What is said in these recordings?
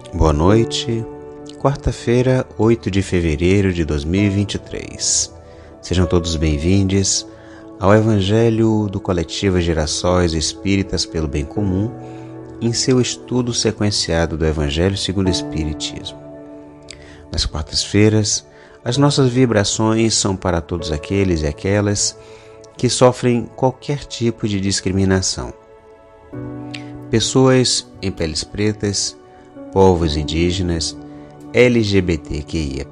Boa noite, quarta-feira, 8 de fevereiro de 2023. Sejam todos bem-vindos ao Evangelho do Coletivo Gerações Espíritas pelo Bem Comum, em seu estudo sequenciado do Evangelho segundo o Espiritismo. Nas quartas-feiras, as nossas vibrações são para todos aqueles e aquelas que sofrem qualquer tipo de discriminação. Pessoas em peles pretas, povos indígenas, LGBTQIAP+,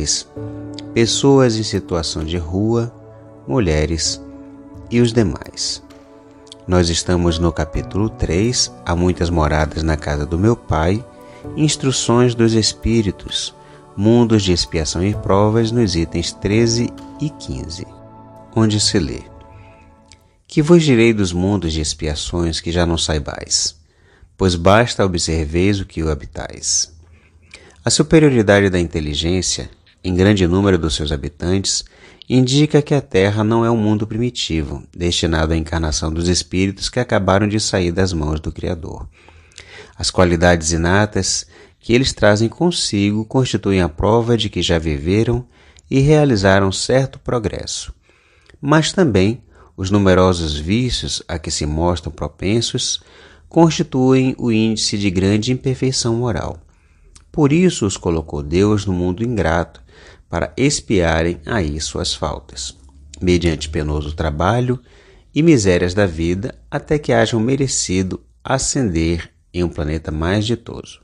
pessoas em situação de rua, mulheres e os demais. Nós estamos no capítulo 3, Há muitas moradas na casa do meu Pai, Instruções dos Espíritos, Mundos de Expiação e Provas, nos itens 13 e 15, onde se lê: Que vos direi dos mundos de expiações que já não saibais, pois basta observeis o que o habitais. A superioridade da inteligência, em grande número dos seus habitantes, indica que a Terra não é um mundo primitivo, destinado à encarnação dos espíritos que acabaram de sair das mãos do Criador. As qualidades inatas que eles trazem consigo constituem a prova de que já viveram e realizaram certo progresso. Mas também os numerosos vícios a que se mostram propensos constituem o índice de grande imperfeição moral. Por isso os colocou Deus no mundo ingrato, para expiarem aí suas faltas, mediante penoso trabalho e misérias da vida, até que hajam merecido ascender em um planeta mais ditoso.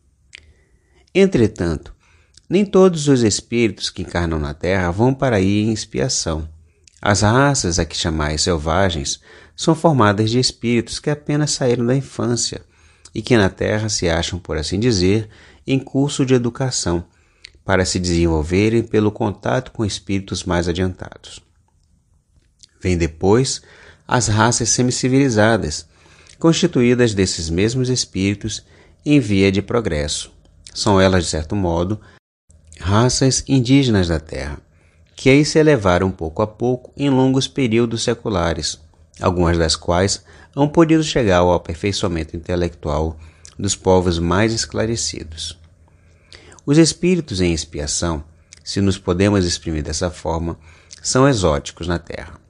Entretanto, nem todos os espíritos que encarnam na Terra vão para aí em expiação. As raças a que chamais selvagens são formadas de espíritos que apenas saíram da infância e que na Terra se acham, por assim dizer, em curso de educação, para se desenvolverem pelo contato com espíritos mais adiantados. Vêm depois as raças semicivilizadas, constituídas desses mesmos espíritos em via de progresso. São elas, de certo modo, raças indígenas da Terra, que aí se elevaram pouco a pouco em longos períodos seculares, algumas das quais hão podido chegar ao aperfeiçoamento intelectual dos povos mais esclarecidos. Os espíritos em expiação, se nos podemos exprimir dessa forma, são exóticos na Terra.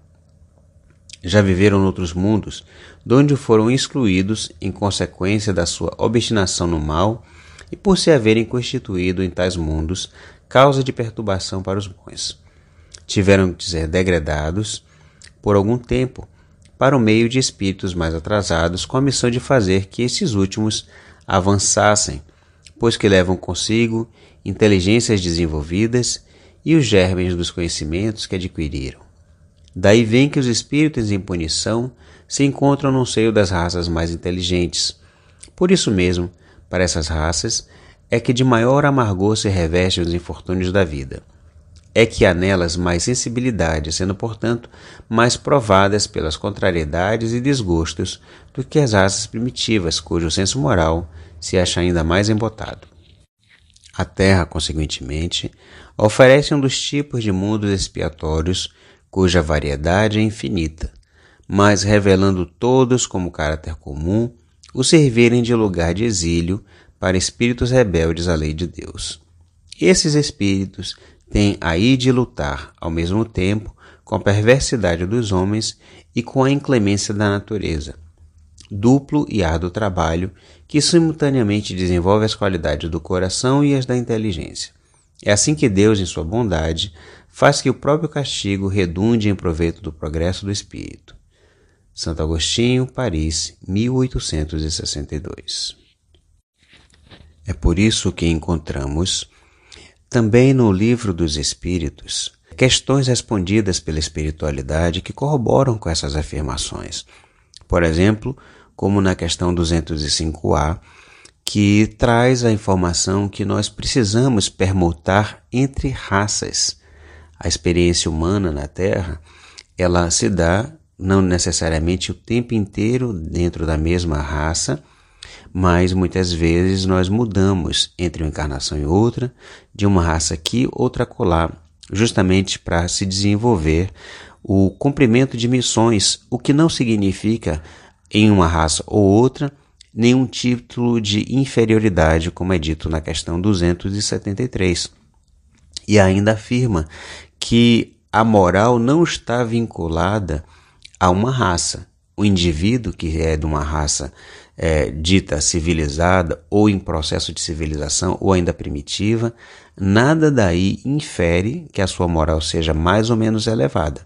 Já viveram noutros mundos, de onde foram excluídos em consequência da sua obstinação no mal e por se haverem constituído em tais mundos causa de perturbação para os bons. Tiveram de ser degradados, por algum tempo, para o meio de espíritos mais atrasados, com a missão de fazer que esses últimos avançassem, pois que levam consigo inteligências desenvolvidas e os germes dos conhecimentos que adquiriram. Daí vem que os espíritos em punição se encontram no seio das raças mais inteligentes. Por isso mesmo, para essas raças, é que de maior amargor se revestem os infortúnios da vida. É que há nelas mais sensibilidade, sendo, portanto, mais provadas pelas contrariedades e desgostos do que as raças primitivas, cujo senso moral se acha ainda mais embotado. A Terra, consequentemente, oferece um dos tipos de mundos expiatórios cuja variedade é infinita, mas revelando todos como caráter comum o servirem de lugar de exílio para espíritos rebeldes à lei de Deus. Esses espíritos têm aí de lutar, ao mesmo tempo, com a perversidade dos homens e com a inclemência da natureza. Duplo e árduo trabalho que simultaneamente desenvolve as qualidades do coração e as da inteligência. É assim que Deus, em sua bondade, faz que o próprio castigo redunde em proveito do progresso do espírito. Santo Agostinho, Paris, 1862. É por isso que encontramos também no Livro dos Espíritos questões respondidas pela espiritualidade que corroboram com essas afirmações. Por exemplo, como na questão 205A, que traz a informação que nós precisamos permutar entre raças. A experiência humana na Terra, ela se dá não necessariamente o tempo inteiro dentro da mesma raça, mas muitas vezes nós mudamos entre uma encarnação e outra, de uma raça aqui, outra acolá, justamente para se desenvolver o cumprimento de missões, o que não significa em uma raça ou outra nenhum título de inferioridade, como é dito na questão 273. E ainda afirma que a moral não está vinculada a uma raça. O indivíduo que é de uma raça dita civilizada ou em processo de civilização ou ainda primitiva, nada daí infere que a sua moral seja mais ou menos elevada.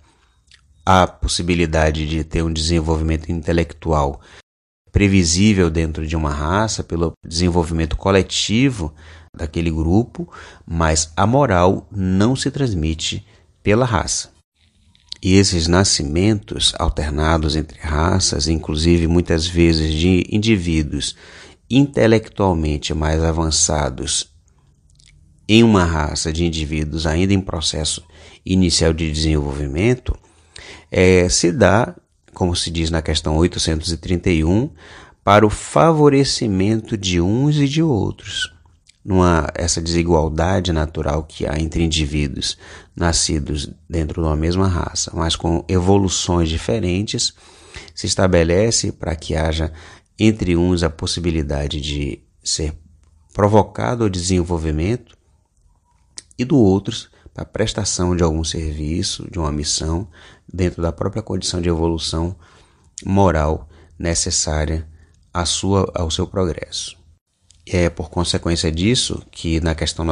A possibilidade de ter um desenvolvimento intelectual previsível dentro de uma raça, pelo desenvolvimento coletivo daquele grupo, mas a moral não se transmite pela raça. E esses nascimentos alternados entre raças, inclusive muitas vezes de indivíduos intelectualmente mais avançados em uma raça de indivíduos ainda em processo inicial de desenvolvimento, se dá, como se diz na questão 831, para o favorecimento de uns e de outros. Essa desigualdade natural que há entre indivíduos nascidos dentro de uma mesma raça, mas com evoluções diferentes, se estabelece para que haja entre uns a possibilidade de ser provocado o desenvolvimento e do outros para a prestação de algum serviço, de uma missão, dentro da própria condição de evolução moral necessária ao seu progresso. É por consequência disso que na questão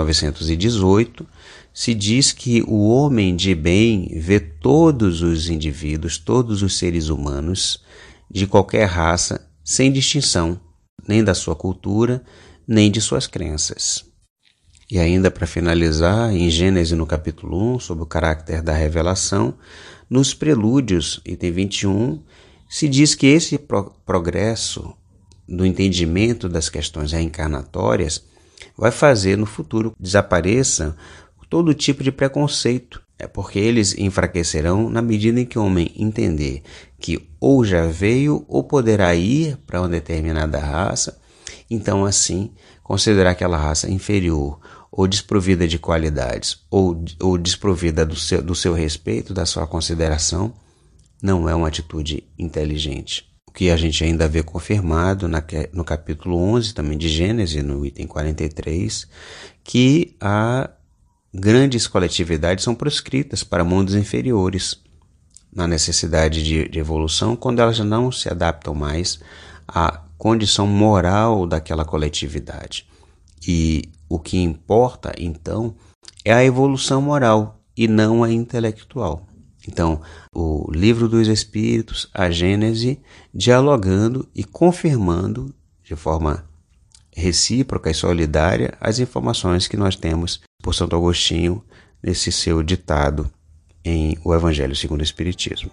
918 se diz que o homem de bem vê todos os indivíduos, todos os seres humanos de qualquer raça, sem distinção, nem da sua cultura, nem de suas crenças. E ainda para finalizar, em Gênesis no capítulo 1, sobre o caráter da revelação, nos prelúdios, item 21, se diz que esse progresso do entendimento das questões reencarnatórias vai fazer no futuro desapareça todo tipo de preconceito. Porque eles enfraquecerão na medida em que o homem entender que ou já veio ou poderá ir para uma determinada raça, então assim considerar aquela raça inferior ou desprovida de qualidades ou desprovida do seu respeito, da sua consideração, não é uma atitude inteligente. O que a gente ainda vê confirmado no capítulo 11 também de Gênesis, no item 43, que grandes coletividades são proscritas para mundos inferiores, na necessidade de evolução, quando elas não se adaptam mais à condição moral daquela coletividade. E o que importa, então, é a evolução moral e não a intelectual. Então, o Livro dos Espíritos, a Gênese, dialogando e confirmando de forma recíproca e solidária as informações que nós temos por Santo Agostinho nesse seu ditado em O Evangelho segundo o Espiritismo.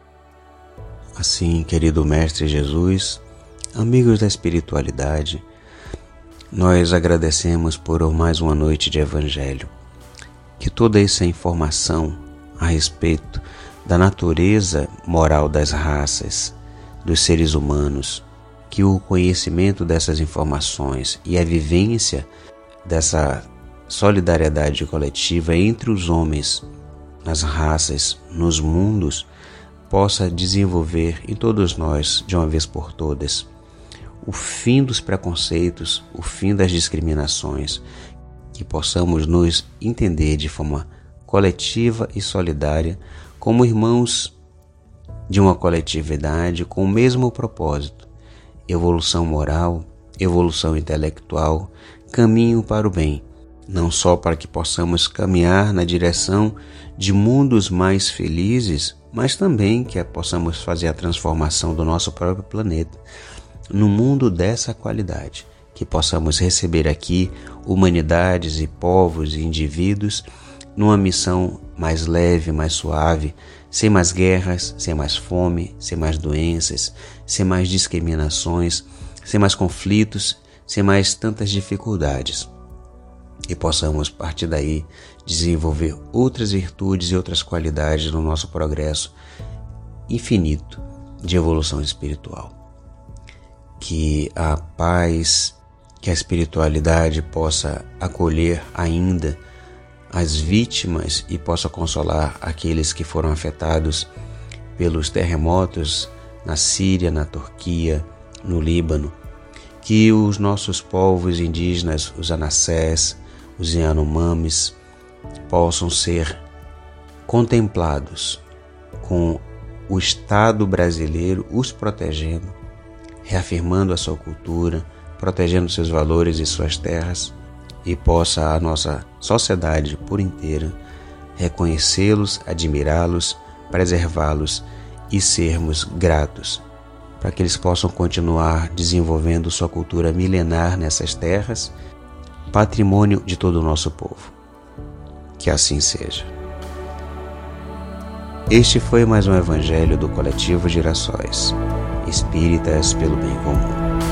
Assim, querido Mestre Jesus, amigos da espiritualidade, nós agradecemos por mais uma noite de Evangelho. Que toda essa informação a respeito da natureza moral das raças, dos seres humanos, que o conhecimento dessas informações e a vivência dessa solidariedade coletiva entre os homens, nas raças, nos mundos, possa desenvolver em todos nós, de uma vez por todas, o fim dos preconceitos, o fim das discriminações, que possamos nos entender de forma coletiva e solidária como irmãos de uma coletividade com o mesmo propósito: evolução moral, evolução intelectual, caminho para o bem, não só para que possamos caminhar na direção de mundos mais felizes, mas também que possamos fazer a transformação do nosso próprio planeta num mundo dessa qualidade, que possamos receber aqui humanidades e povos e indivíduos numa missão mais leve, mais suave, sem mais guerras, sem mais fome, sem mais doenças, sem mais discriminações, sem mais conflitos, sem mais tantas dificuldades. E possamos, a partir daí, desenvolver outras virtudes e outras qualidades no nosso progresso infinito de evolução espiritual. Que a paz, que a espiritualidade possa acolher ainda as vítimas e possa consolar aqueles que foram afetados pelos terremotos na Síria, na Turquia, no Líbano, que os nossos povos indígenas, os Anassés, os Yanomamis, possam ser contemplados com o Estado brasileiro os protegendo, reafirmando a sua cultura, protegendo seus valores e suas terras, e possa a nossa sociedade por inteira reconhecê-los, admirá-los, preservá-los e sermos gratos, para que eles possam continuar desenvolvendo sua cultura milenar nessas terras, patrimônio de todo o nosso povo. Que assim seja. Este foi mais um Evangelho do Coletivo Girassóis, Espíritas pelo Bem Comum.